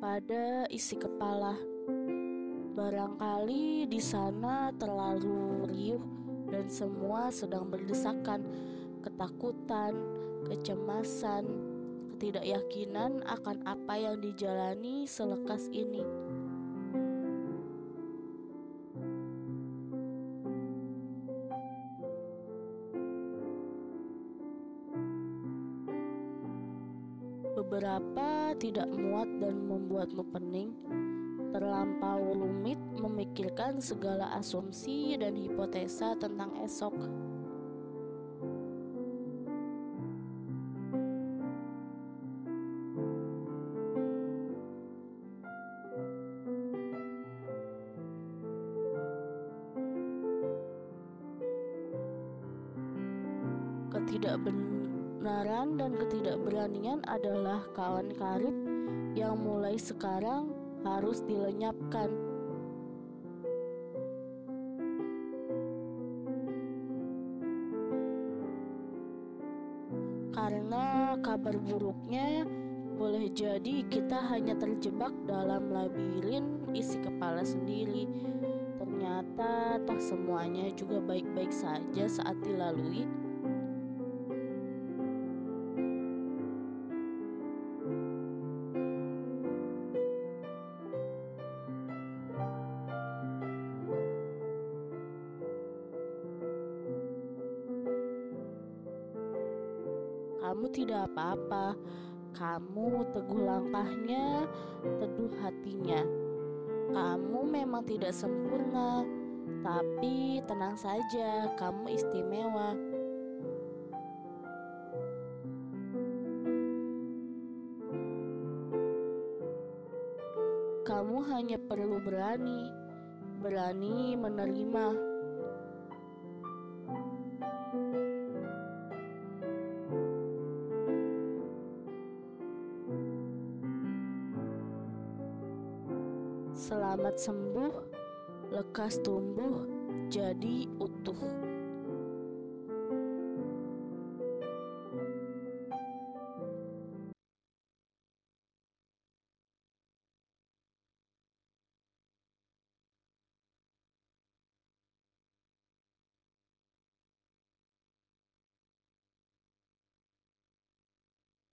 pada isi kepala. Barangkali di sana terlalu riuh dan semua sedang berdesakan, ketakutan, kecemasan, ketidakyakinan akan apa yang dijalani selekas ini. Beberapa tidak muat dan membuatmu pening, terlampau rumit memikirkan segala asumsi dan hipotesa tentang esok. Ketidakbenaran dan ketidakberanian adalah kawan karib yang mulai sekarang harus dilenyapkan. Karena kabar buruknya, boleh jadi kita hanya terjebak dalam labirin isi kepala sendiri. Ternyata toh semuanya juga baik-baik saja saat dilalui. Kamu tidak apa-apa. Kamu teguh langkahnya, teduh hatinya. Kamu memang tidak sempurna, tapi tenang saja, kamu istimewa. Kamu hanya perlu berani menerima. Selamat sembuh, lekas tumbuh, jadi utuh.